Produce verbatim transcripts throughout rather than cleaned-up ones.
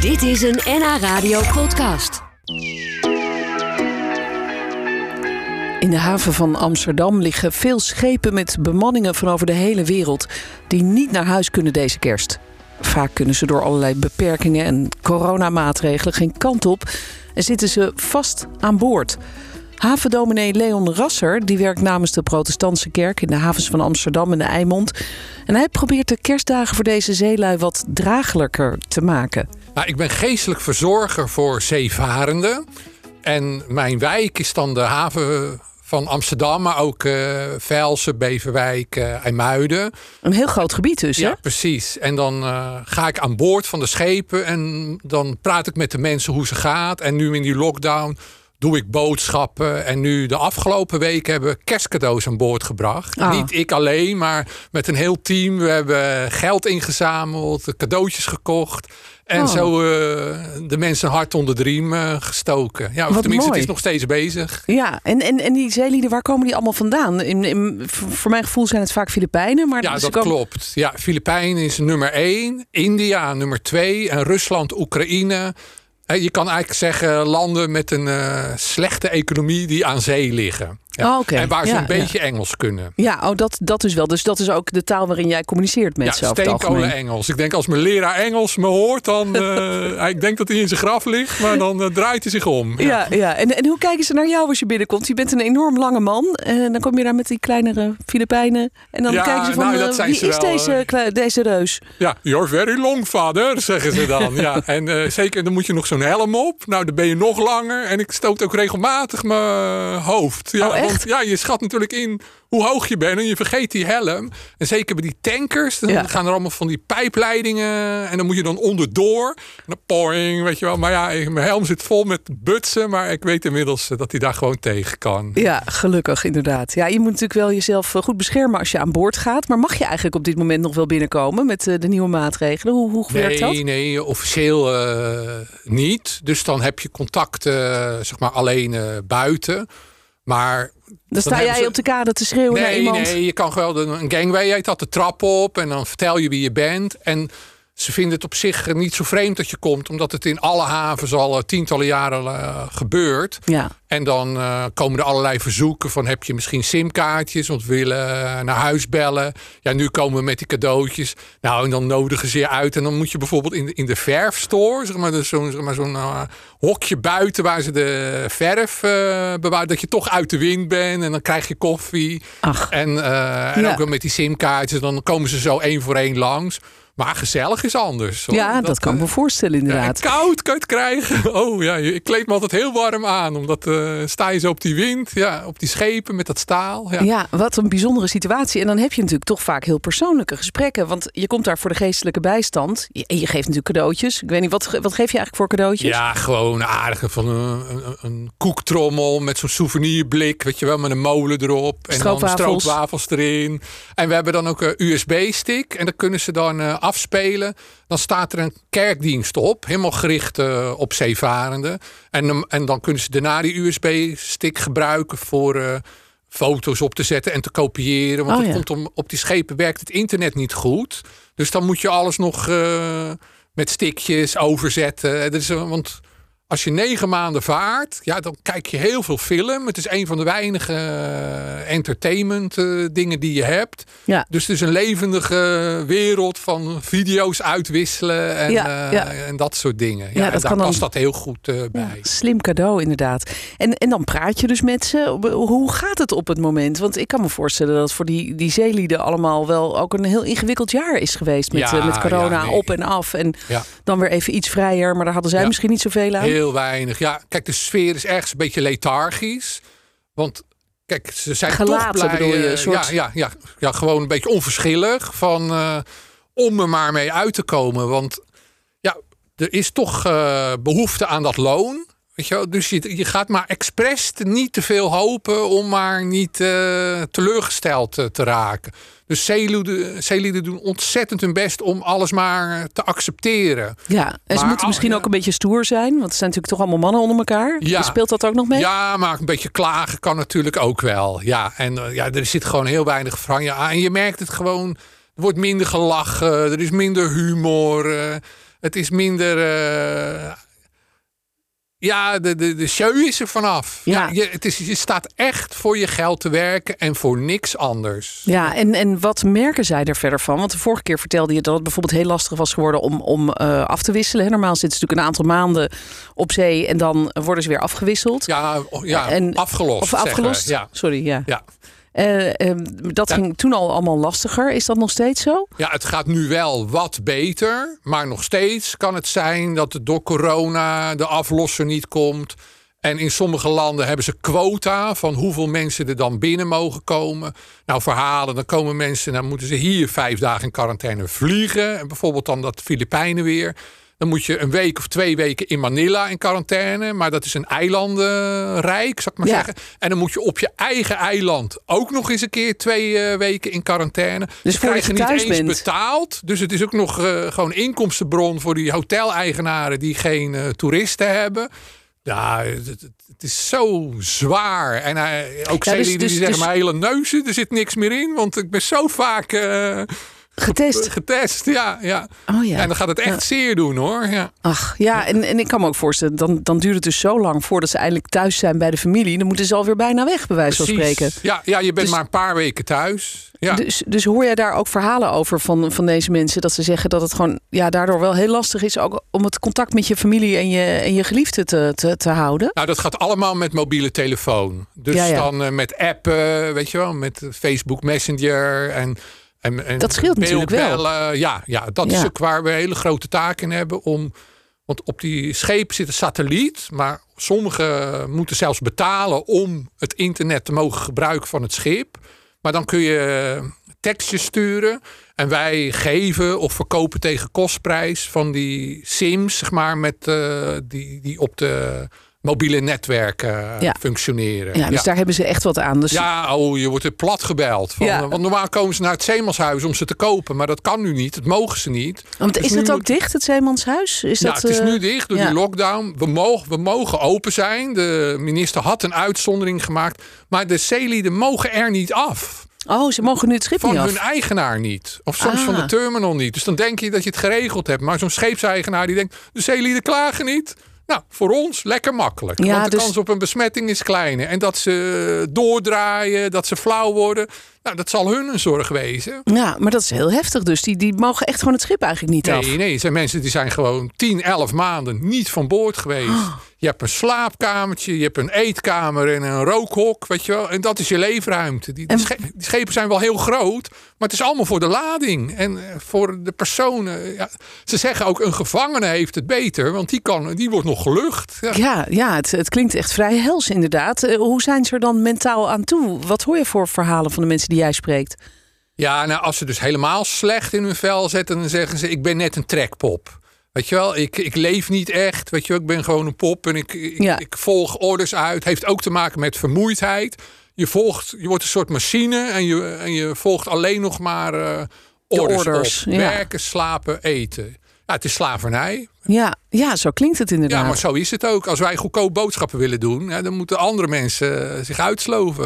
Dit is een N H Radio podcast. In de haven van Amsterdam liggen veel schepen met bemanningen van over de hele wereld die niet naar huis kunnen deze kerst. Vaak kunnen ze door allerlei beperkingen en coronamaatregelen geen kant op en zitten ze vast aan boord. Havendominee Leon Rasser die werkt namens de protestantse kerk in de havens van Amsterdam en de Eimond. En hij probeert de kerstdagen voor deze zeelui wat draaglijker te maken. Nou, ik ben geestelijk verzorger voor zeevarenden. En mijn wijk is dan de haven van Amsterdam, maar ook uh, Velsen, Beverwijk, uh, IJmuiden. Een heel groot gebied dus, hè? Ja, precies. En dan uh, ga ik aan boord van de schepen en dan praat ik met de mensen hoe ze gaat. En nu in die lockdown doe ik boodschappen. En nu de afgelopen weken hebben we kerstcadeaus aan boord gebracht. Ah. Niet ik alleen, maar met een heel team. We hebben geld ingezameld, cadeautjes gekocht. En oh. zo uh, de mensen hard onder de riem uh, gestoken. Ja, of Wat tenminste, mooi. het is nog steeds bezig. Ja, en, en, en die zeelieden, waar komen die allemaal vandaan? In, in, voor mijn gevoel zijn het vaak Filipijnen. Maar Ja, ze dat komen... klopt. Ja, Filipijnen is nummer één. India nummer twee. En Rusland, Oekraïne. Je kan eigenlijk zeggen landen met een uh, slechte economie die aan zee liggen. Ja. Oh, okay. En waar ze ja, een beetje ja. Engels kunnen. Ja, oh, dat, dat is wel. Dus dat is ook de taal waarin jij communiceert met ja, ze over het algemeen. steenkolen Engels. Ik denk als mijn leraar Engels me hoort, dan uh, ik denk dat hij in zijn graf ligt, maar dan uh, draait hij zich om. Ja, ja, ja. En, en hoe kijken ze naar jou als je binnenkomt? Je bent een enorm lange man en dan kom je daar met die kleinere Filipijnen en dan ja, kijken ze van nou, uh, wie is wel, deze, uh, deze reus? Ja, you're very long, vader, zeggen ze dan. Ja, en uh, zeker, dan moet je nog zo'n helm op. Nou, dan ben je nog langer en ik stoot ook regelmatig mijn hoofd. Ja, oh, echt? Want, ja, je schat natuurlijk in hoe hoog je bent en je vergeet die helm. En zeker bij die tankers, dan ja. gaan er allemaal van die pijpleidingen en dan moet je dan onderdoor. En dan poing, weet je wel. Maar ja, mijn helm zit vol met butsen, maar ik weet inmiddels dat hij daar gewoon tegen kan. Ja, gelukkig inderdaad. Ja, je moet natuurlijk wel jezelf goed beschermen als je aan boord gaat. Maar mag je eigenlijk op dit moment nog wel binnenkomen met de nieuwe maatregelen? Hoe, hoe werkt dat? Nee, nee, officieel uh, niet. Dus dan heb je contact, uh, zeg maar, alleen uh, buiten. Maar dan sta dan jij ze... op de kade te schreeuwen nee, naar iemand. Nee, je kan gewoon een gangway, heet dat, de trap op. En dan vertel je wie je bent. En ze vinden het op zich niet zo vreemd dat je komt. Omdat het in alle havens al uh, tientallen jaren uh, gebeurt. Ja. En dan uh, komen er allerlei verzoeken van heb je misschien simkaartjes. Want we willen uh, naar huis bellen. Ja, nu komen we met die cadeautjes. Nou, en dan nodigen ze je uit. En dan moet je bijvoorbeeld in de, in de verfstore. Zeg maar, dus zo'n zeg maar, zo'n uh, hokje buiten waar ze de verf uh, bewaren. Dat je toch uit de wind bent. En dan krijg je koffie. Ach. En, uh, en ja. ook wel met die simkaartjes. Dan komen ze zo één voor één langs. Maar gezellig is anders. Hoor. Ja, dat, dat kan ik me voorstellen inderdaad. Ja, koud kan je het krijgen. Oh ja, ik kleed me altijd heel warm aan. Omdat uh, sta je zo op die wind, ja, op die schepen met dat staal. Ja. ja, wat een bijzondere situatie. En dan heb je natuurlijk toch vaak heel persoonlijke gesprekken. Want je komt daar voor de geestelijke bijstand. En je, je geeft natuurlijk cadeautjes. Ik weet niet, wat, wat geef je eigenlijk voor cadeautjes? Ja, gewoon aardige van een, een, een koektrommel met zo'n souvenirblik. Weet je wel, met een molen erop. En dan stroopwafels erin. En we hebben dan ook een U S B-stick. En dan kunnen ze dan uh, afspelen. Dan staat er een kerkdienst op. Helemaal gericht uh, op zeevarenden. En, en dan kunnen ze daarna die U S B-stick gebruiken voor uh, foto's op te zetten en te kopiëren. Want oh, het ja. komt om, op die schepen werkt het internet niet goed. Dus dan moet je alles nog uh, met stickjes overzetten. Dus, uh, want als je negen maanden vaart, ja, dan kijk je heel veel film. Het is een van de weinige uh, entertainment uh, dingen die je hebt. Ja. Dus het is een levendige wereld van video's uitwisselen en, ja, uh, ja. en dat soort dingen. Ja, Ja, dat daar kan past dan... dat heel goed uh, bij. Ja, slim cadeau inderdaad. En, en dan praat je dus met ze. Hoe gaat het op het moment? Want ik kan me voorstellen dat voor die, die zeelieden allemaal wel ook een heel ingewikkeld jaar is geweest. Met, ja, uh, met corona ja, nee. op en af. En ja. dan weer even iets vrijer. Maar daar hadden zij ja. misschien niet zoveel aan. Heel weinig. Ja, kijk, de sfeer is ergens een beetje lethargisch. Want kijk, ze zijn Gelaten, toch blij. bedoel je? Een soort... ja, ja, ja, ja, gewoon een beetje onverschillig. Van, uh, om er maar mee uit te komen. Want ja, er is toch uh, behoefte aan dat loon. Weet je wel? Dus je, je gaat maar expres niet te veel hopen om maar niet uh, teleurgesteld uh, te raken. Dus zeelieden, zeelieden doen ontzettend hun best om alles maar te accepteren. Ja, en maar ze moeten misschien al, ook een beetje stoer zijn. Want er zijn natuurlijk toch allemaal mannen onder elkaar. Ja. Speelt dat ook nog mee? Ja, maar een beetje klagen kan natuurlijk ook wel. Ja, en uh, ja, er zit gewoon heel weinig franje aan. En je merkt het gewoon, er wordt minder gelachen, er is minder humor. Uh, Het is minder... Uh, ja, de, de, de show is er vanaf. Ja. Ja, je, het is, je staat echt voor je geld te werken en voor niks anders. Ja, en, en wat merken zij er verder van? Want de vorige keer vertelde je dat het bijvoorbeeld heel lastig was geworden om, om uh, af te wisselen. Normaal zitten ze natuurlijk een aantal maanden op zee en dan worden ze weer afgewisseld. Ja, ja en, afgelost. Of afgelost, ja. Sorry, ja. ja. Uh, um, dat ja. ging toen al allemaal lastiger. Is dat nog steeds zo? Ja, het gaat nu wel wat beter. Maar nog steeds kan het zijn dat het door corona de aflosser niet komt. En in sommige landen hebben ze quota van hoeveel mensen er dan binnen mogen komen. Nou, verhalen, dan komen mensen, dan moeten ze hier vijf dagen in quarantaine vliegen. En bijvoorbeeld dan dat Filipijnen weer. Dan moet je een week of twee weken in Manila in quarantaine. Maar dat is een eilandenrijk, zal ik maar ja. zeggen. En dan moet je op je eigen eiland ook nog eens een keer twee uh, weken in quarantaine. Dus voor krijg je niet eens bent. betaald. Dus het is ook nog uh, gewoon inkomstenbron voor die hoteleigenaren die geen uh, toeristen hebben. Ja, het, het is zo zwaar. En uh, ook ja, zeelieden dus, dus, die zeggen, dus... mijn hele neuzen, er zit niks meer in. Want ik ben zo vaak... Uh, Getest? Getest, ja. ja. Oh, ja. En dan gaat het echt ja. zeer doen, hoor. Ja. Ach, ja, en, en ik kan me ook voorstellen... Dan, dan duurt het dus zo lang voordat ze eindelijk thuis zijn bij de familie. Dan moeten ze alweer bijna weg, bij wijze van spreken. Ja, ja, je bent dus, maar een paar weken thuis. Ja. Dus, dus hoor jij daar ook verhalen over van, van deze mensen... dat ze zeggen dat het gewoon ja, daardoor wel heel lastig is... ook om het contact met je familie en je, en je geliefden te, te, te houden? Nou, dat gaat allemaal met mobiele telefoon. Dus ja, ja. dan uh, met appen, weet je wel, met Facebook Messenger... en En, en dat scheelt natuurlijk wel. Ja, ja, dat ja. is ook waar we hele grote taken in hebben. Om, want op die schepen zit een satelliet. Maar sommigen moeten zelfs betalen om het internet te mogen gebruiken van het schip. Maar dan kun je tekstjes sturen. En wij geven of verkopen tegen kostprijs van die sims, zeg maar, met, uh, die, die op de mobiele netwerken ja. functioneren. Ja, dus ja. daar hebben ze echt wat aan. Dus... Ja, oh, je wordt er plat gebeld. Van, ja. Want normaal komen ze naar het Zeemanshuis om ze te kopen. Maar dat kan nu niet. Dat mogen ze niet. Want dus is het ook moet... dicht, het Zeemanshuis? Is ja, dat, het is uh... nu dicht door ja. die lockdown. We mogen, we mogen open zijn. De minister had een uitzondering gemaakt. Maar de zeelieden mogen er niet af. Oh, ze mogen nu het schip van niet af? Van hun eigenaar niet. Of soms ah. van de terminal niet. Dus dan denk je dat je het geregeld hebt. Maar zo'n scheepseigenaar die denkt... de zeelieden klagen niet. Nou, voor ons lekker makkelijk. Ja, want de dus... kans op een besmetting is kleiner. En dat ze doordraaien, dat ze flauw worden... Nou, dat zal hun een zorg wezen. Ja, maar dat is heel heftig dus. Die, die mogen echt gewoon het schip eigenlijk niet nee, af. Nee, nee. Er zijn mensen die zijn gewoon tien, elf maanden niet van boord geweest. Oh. Je hebt een slaapkamertje, je hebt een eetkamer en een rookhok, weet je wel. En dat is je leefruimte. Die, en... die, schepen, die schepen zijn wel heel groot, maar het is allemaal voor de lading. En voor de personen. Ja, ze zeggen ook, een gevangene heeft het beter, want die, kan, die wordt nog gelucht. Ja, ja, ja het, het klinkt echt vrij hels inderdaad. Uh, hoe zijn ze er dan mentaal aan toe? Wat hoor je voor verhalen van de mensen die jij spreekt? Ja, nou, als ze dus helemaal slecht in hun vel zetten, dan zeggen ze, ik ben net een trekpop. Weet je wel, ik, ik leef niet echt. Weet je wel, ik ben gewoon een pop en ik, ik, ja. ik volg orders uit. Heeft ook te maken met vermoeidheid. Je volgt, je wordt een soort machine en je, en je volgt alleen nog maar uh, orders, orders op. Ja. Werken, slapen, eten. Ja, het is slavernij. Ja, ja, zo klinkt het inderdaad. Ja, maar zo is het ook. Als wij goedkoop boodschappen willen doen, ja, dan moeten andere mensen uh, zich uitsloven.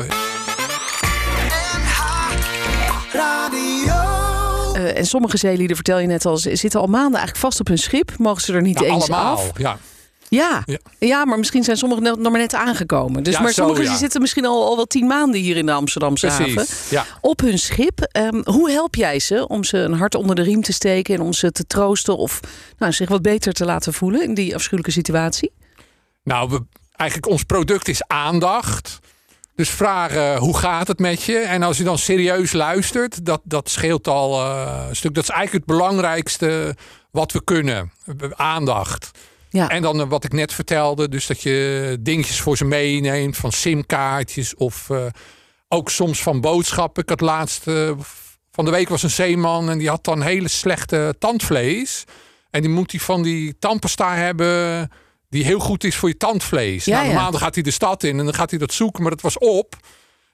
Uh, en sommige zeelieden, vertel je net al, zitten al maanden eigenlijk vast op hun schip. Mogen ze er niet ja, eens allemaal, af? Ja. Ja. Ja. ja, maar misschien zijn sommigen nog maar net aangekomen. Dus, ja, maar sommigen zo, ja. zitten misschien al, al wel tien maanden hier in de Amsterdamse Precies, haven. Ja. Op hun schip. Um, hoe help jij ze om ze een hart onder de riem te steken en om ze te troosten of nou, zich wat beter te laten voelen in die afschuwelijke situatie? Nou, we, eigenlijk ons product is aandacht. Dus vragen, hoe gaat het met je? En als je dan serieus luistert, dat, dat scheelt al uh, een stuk. Dat is eigenlijk het belangrijkste wat we kunnen. Aandacht. Ja. En dan uh, wat ik net vertelde, dus dat je dingetjes voor ze meeneemt, van simkaartjes of uh, ook soms van boodschappen. Ik had laatst, uh, van de week was een zeeman en die had dan hele slechte tandvlees. En die moet hij van die tandpasta hebben die heel goed is voor je tandvlees. Ja, nou, normaal ja. dan gaat hij de stad in en dan gaat hij dat zoeken, maar dat was op.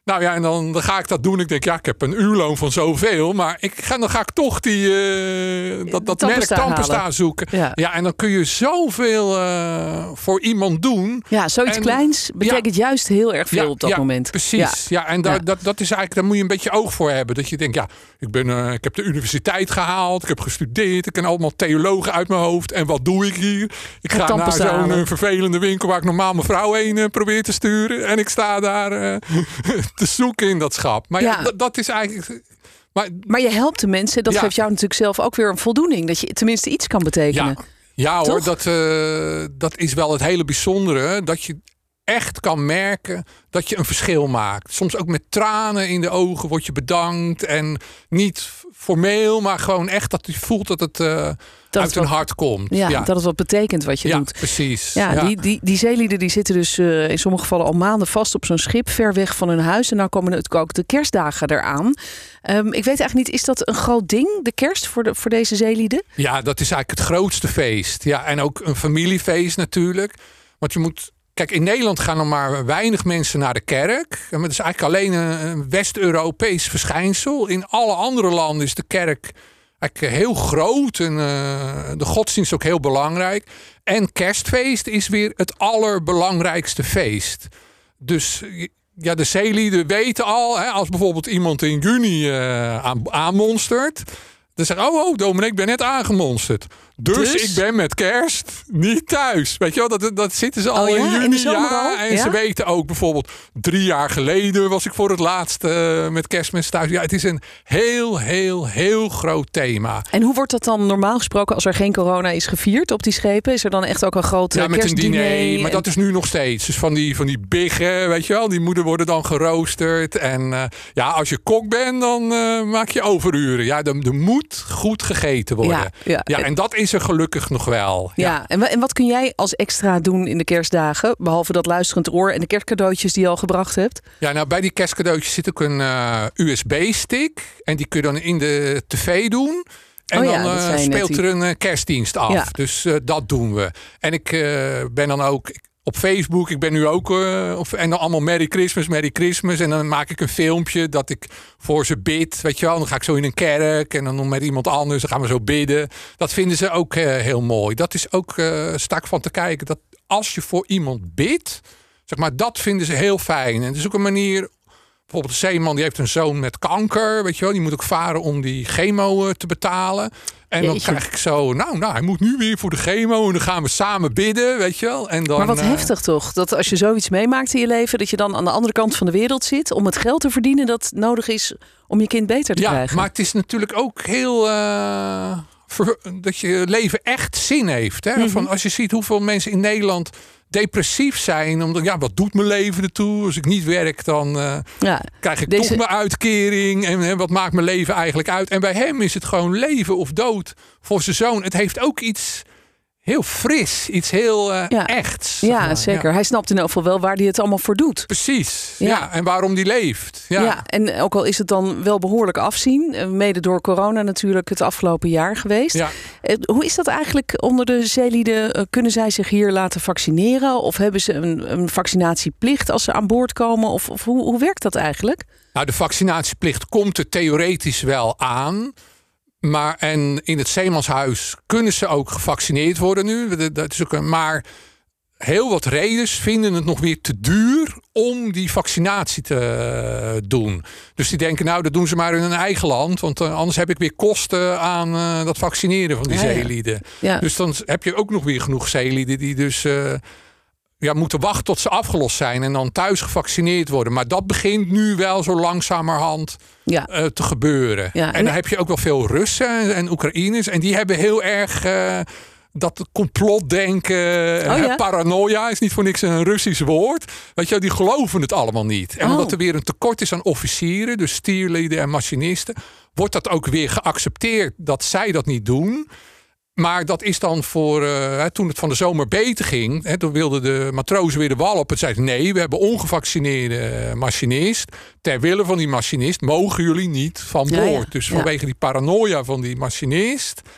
Nou ja, en dan, dan ga ik dat doen. Ik denk, ja, ik heb een uurloon van zoveel. Maar ik ga, dan ga ik toch die, uh, dat, dat merk tandpasta zoeken. Ja. ja, en dan kun je zoveel uh, voor iemand doen. Ja, zoiets en, kleins betekent ja, juist heel erg veel ja, op dat ja, moment. Precies. Ja, ja en da, ja. Dat, dat is eigenlijk, daar moet je een beetje oog voor hebben. Dat je denkt, ja, ik, ben, uh, ik heb de universiteit gehaald. Ik heb gestudeerd. Ik ken allemaal theologen uit mijn hoofd. En wat doe ik hier? Ik ga naar zo'n uh, vervelende winkel waar ik normaal mijn vrouw heen uh, probeer te sturen. En ik sta daar uh, te zoeken in dat schap. Maar ja, ja d- dat is eigenlijk... Maar, maar je helpt de mensen. Dat ja. geeft jou natuurlijk zelf ook weer een voldoening. Dat je tenminste iets kan betekenen. Ja, ja hoor, dat, uh, dat is wel het hele bijzondere. Dat je echt kan merken dat je een verschil maakt. Soms ook met tranen in de ogen word je bedankt. En niet formeel, maar gewoon echt dat je voelt dat het... Uh, Dat uit hun hart komt. Ja, ja, dat het wat betekent wat je ja, doet. Precies. Ja, ja. Die, die, die zeelieden die zitten dus uh, in sommige gevallen al maanden vast op zo'n schip, ver weg van hun huis. En nou komen natuurlijk ook de kerstdagen eraan. Um, ik weet eigenlijk niet, is dat een groot ding, de kerst, voor, de, voor deze zeelieden? Ja, dat is eigenlijk het grootste feest. Ja, en ook een familiefeest natuurlijk. Want je moet... Kijk, in Nederland gaan er maar weinig mensen naar de kerk. En dat is eigenlijk alleen een West-Europees verschijnsel. In alle andere landen is de kerk... heel groot en uh, de godsdienst ook heel belangrijk. En kerstfeest is weer het allerbelangrijkste feest. Dus ja, de zeelieden weten al, hè, als bijvoorbeeld iemand in juni uh, aan, aanmonstert... dan zeggen oh, oh, dominee, ik ben net aangemonsterd. Dus, dus ik ben met kerst niet thuis. Weet je wel, dat, dat zitten ze al oh, ja? in juni. In ja, en ja? ze weten ook bijvoorbeeld... drie jaar geleden was ik voor het laatst uh, met kerstmis thuis. Ja, het is een heel, heel, heel groot thema. En hoe wordt dat dan normaal gesproken als er geen corona is gevierd op die schepen? Is er dan echt ook een groot ja, met kerstdiner? Een diner, maar en... dat is nu nog steeds. Dus van die, van die biggen, weet je wel, die moeten worden dan geroosterd. En uh, ja, als je kok bent, dan uh, maak je overuren. Ja, er, er moet goed gegeten worden. Ja, ja. ja en dat is is er gelukkig nog wel. Ja, ja. En, en wat kun jij als extra doen in de kerstdagen? Behalve dat luisterend oor en de kerstcadeautjes die je al gebracht hebt? Ja, nou bij die kerstcadeautjes zit ook een uh, U S B-stick. En die kun je dan in de tv doen. En oh ja, dan uh, speelt er een uh, kerstdienst af. Ja. Dus uh, dat doen we. En ik uh, ben dan ook... op Facebook, ik ben nu ook... Uh, of, en dan allemaal Merry Christmas, Merry Christmas. En dan maak ik een filmpje dat ik voor ze bid. Weet je wel, dan ga ik zo in een kerk. En dan met iemand anders, dan gaan we zo bidden. Dat vinden ze ook uh, heel mooi. Dat is ook uh, stak van te kijken. Dat als je voor iemand bidt, zeg maar, dat vinden ze heel fijn. En het is ook een manier... Bijvoorbeeld een zeeman die heeft een zoon met kanker. Weet je wel, die moet ook varen om die chemo uh, te betalen. En dan Jeetje. krijg ik zo, nou, nou, hij moet nu weer voor de chemo. En dan gaan we samen bidden, weet je wel. En dan, maar wat uh, heftig toch? Dat als je zoiets meemaakt in je leven... dat je dan aan de andere kant van de wereld zit... om het geld te verdienen dat nodig is om je kind beter te ja, krijgen. Maar het is natuurlijk ook heel... Uh, ver, dat je leven echt zin heeft. Hè? Mm-hmm. Van als je ziet hoeveel mensen in Nederland... depressief zijn, omdat ja, wat doet mijn leven ertoe? Als ik niet werk, dan uh, ja, krijg ik deze... toch mijn uitkering. En, en wat maakt mijn leven eigenlijk uit? En bij hem is het gewoon leven of dood voor zijn zoon. Het heeft ook iets heel fris, iets heel uh, ja. echts. Ja, maar. zeker. Ja. Hij snapt in elk geval wel waar hij het allemaal voor doet. Precies, ja. ja en waarom die leeft. Ja. ja, en ook al is het dan wel behoorlijk afzien, mede door corona natuurlijk het afgelopen jaar geweest. Ja. Hoe is dat eigenlijk onder de zeelieden? Kunnen zij zich hier laten vaccineren? Of hebben ze een, een vaccinatieplicht als ze aan boord komen? Of, of hoe, hoe werkt dat eigenlijk? Nou, de vaccinatieplicht komt er theoretisch wel aan. Maar en in het zeemanshuis kunnen ze ook gevaccineerd worden nu. Dat is ook een, maar heel wat reders vinden het nog weer te duur om die vaccinatie te doen. Dus die denken, nou, dat doen ze maar in hun eigen land. Want uh, anders heb ik weer kosten aan uh, dat vaccineren van die ja, zeelieden. Ja. Dus dan heb je ook nog weer genoeg zeelieden die dus... Uh, Ja, moeten wachten tot ze afgelost zijn en dan thuis gevaccineerd worden. Maar dat begint nu wel zo langzamerhand ja. uh, te gebeuren. Ja, en, en dan heb je ook wel veel Russen en Oekraïners. En die hebben heel erg uh, dat complotdenken. Oh, ja? Paranoia is niet voor niks een Russisch woord. Weet je, die geloven het allemaal niet. En oh. omdat er weer een tekort is aan officieren, dus stierlieden en machinisten, wordt dat ook weer geaccepteerd dat zij dat niet doen. Maar dat is dan voor, uh, toen het van de zomer beter ging... Hè, toen wilden de matrozen weer de wal op. Het zeiden, nee, we hebben ongevaccineerde machinist. Ter wille van die machinist mogen jullie niet van boord. Ja, ja. Dus vanwege ja. die paranoia van die machinist...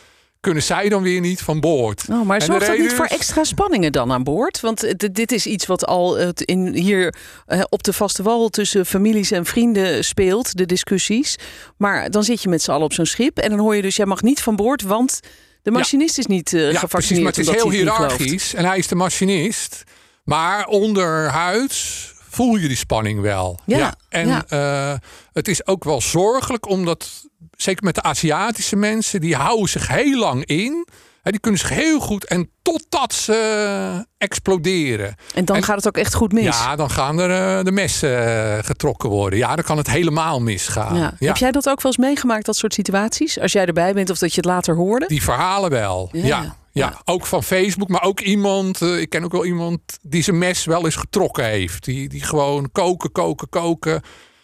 kunnen zij dan weer niet van boord. Oh, maar en zorgt dat niet is... voor extra spanningen dan aan boord? Want d- dit is iets wat al uh, in, hier uh, op de vaste wal tussen families en vrienden speelt, de discussies. Maar dan zit je met z'n allen op zo'n schip en dan hoor je dus, jij mag niet van boord, want de machinist ja. is niet uh, ja, gevaccineerd. Precies, maar het is heel hiërarchisch en hij is de machinist. Maar onderhuids voel je die spanning wel. Ja, ja. En ja. Uh, het is ook wel zorgelijk, omdat zeker met de Aziatische mensen, die houden zich heel lang in. He, die kunnen zich heel goed en totdat ze exploderen. En dan en, gaat het ook echt goed mis. Ja, dan gaan er uh, de messen uh, getrokken worden. Ja, dan kan het helemaal misgaan. Ja. Ja. Heb jij dat ook wel eens meegemaakt, dat soort situaties? Als jij erbij bent of dat je het later hoorde? Die verhalen wel, ja. ja. Ja, ja, ook van Facebook, maar ook iemand, uh, ik ken ook wel iemand die zijn mes wel eens getrokken heeft. Die, die gewoon koken, koken, koken.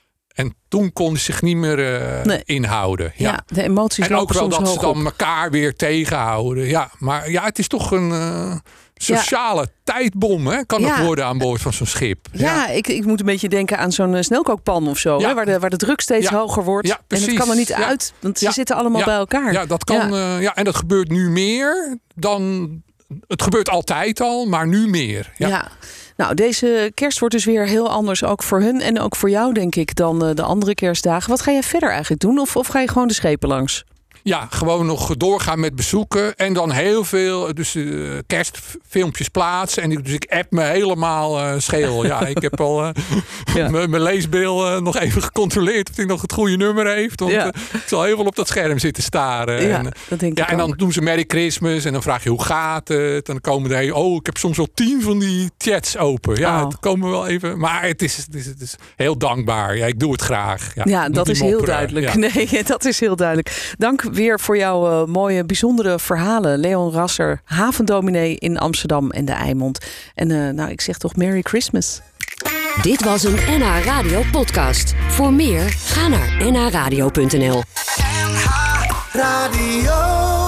En toen kon ze zich niet meer uh, nee. inhouden. Ja. ja, de emoties en ook wel dat ze dan op. elkaar weer tegenhouden. Ja, maar ja, het is toch een uh, sociale ja. tijdbom, hè? Kan ja. het worden aan boord van zo'n schip. Ja, ja. Ik, ik moet een beetje denken aan zo'n uh, snelkookpan of zo, ja. hè? Waar, de, waar de druk steeds ja. hoger wordt. Ja, en het kan er niet ja. uit, want ze ja. zitten allemaal ja. bij elkaar. Ja, dat kan. Ja. Uh, ja, en dat gebeurt nu meer dan. Het gebeurt altijd al, maar nu meer. Ja. ja. Nou, deze kerst wordt dus weer heel anders, ook voor hun en ook voor jou, denk ik, dan uh, de andere kerstdagen. Wat ga jij verder eigenlijk doen? Of, of ga je gewoon de schepen langs? Ja, gewoon nog doorgaan met bezoeken. En dan heel veel dus, uh, kerstfilmpjes plaatsen. En ik, dus ik app me helemaal uh, scheel. Ja, ik heb al uh, ja. mijn leesbril uh, nog even gecontroleerd of hij nog het goede nummer heeft. Want ja. uh, ik zal heel veel op dat scherm zitten staren. Ja, en, dat denk ja, ik en dan ook. doen ze Merry Christmas. En dan vraag je hoe gaat het. En dan komen er, oh, ik heb soms wel tien van die chats open. Ja, oh. het komen wel even. Maar het is, het is, het is heel dankbaar. Ja, ik doe het graag. Ja, ja dat is mopperen. Heel duidelijk. Ja. Nee, dat is heel duidelijk. Dank weer voor jouw uh, mooie, bijzondere verhalen. Leon Rasser, havendominee in Amsterdam en de Eimond. En uh, nou, ik zeg toch Merry Christmas. Dit was een N H Radio podcast. Voor meer, ga naar n h radio punt n l. N H Radio.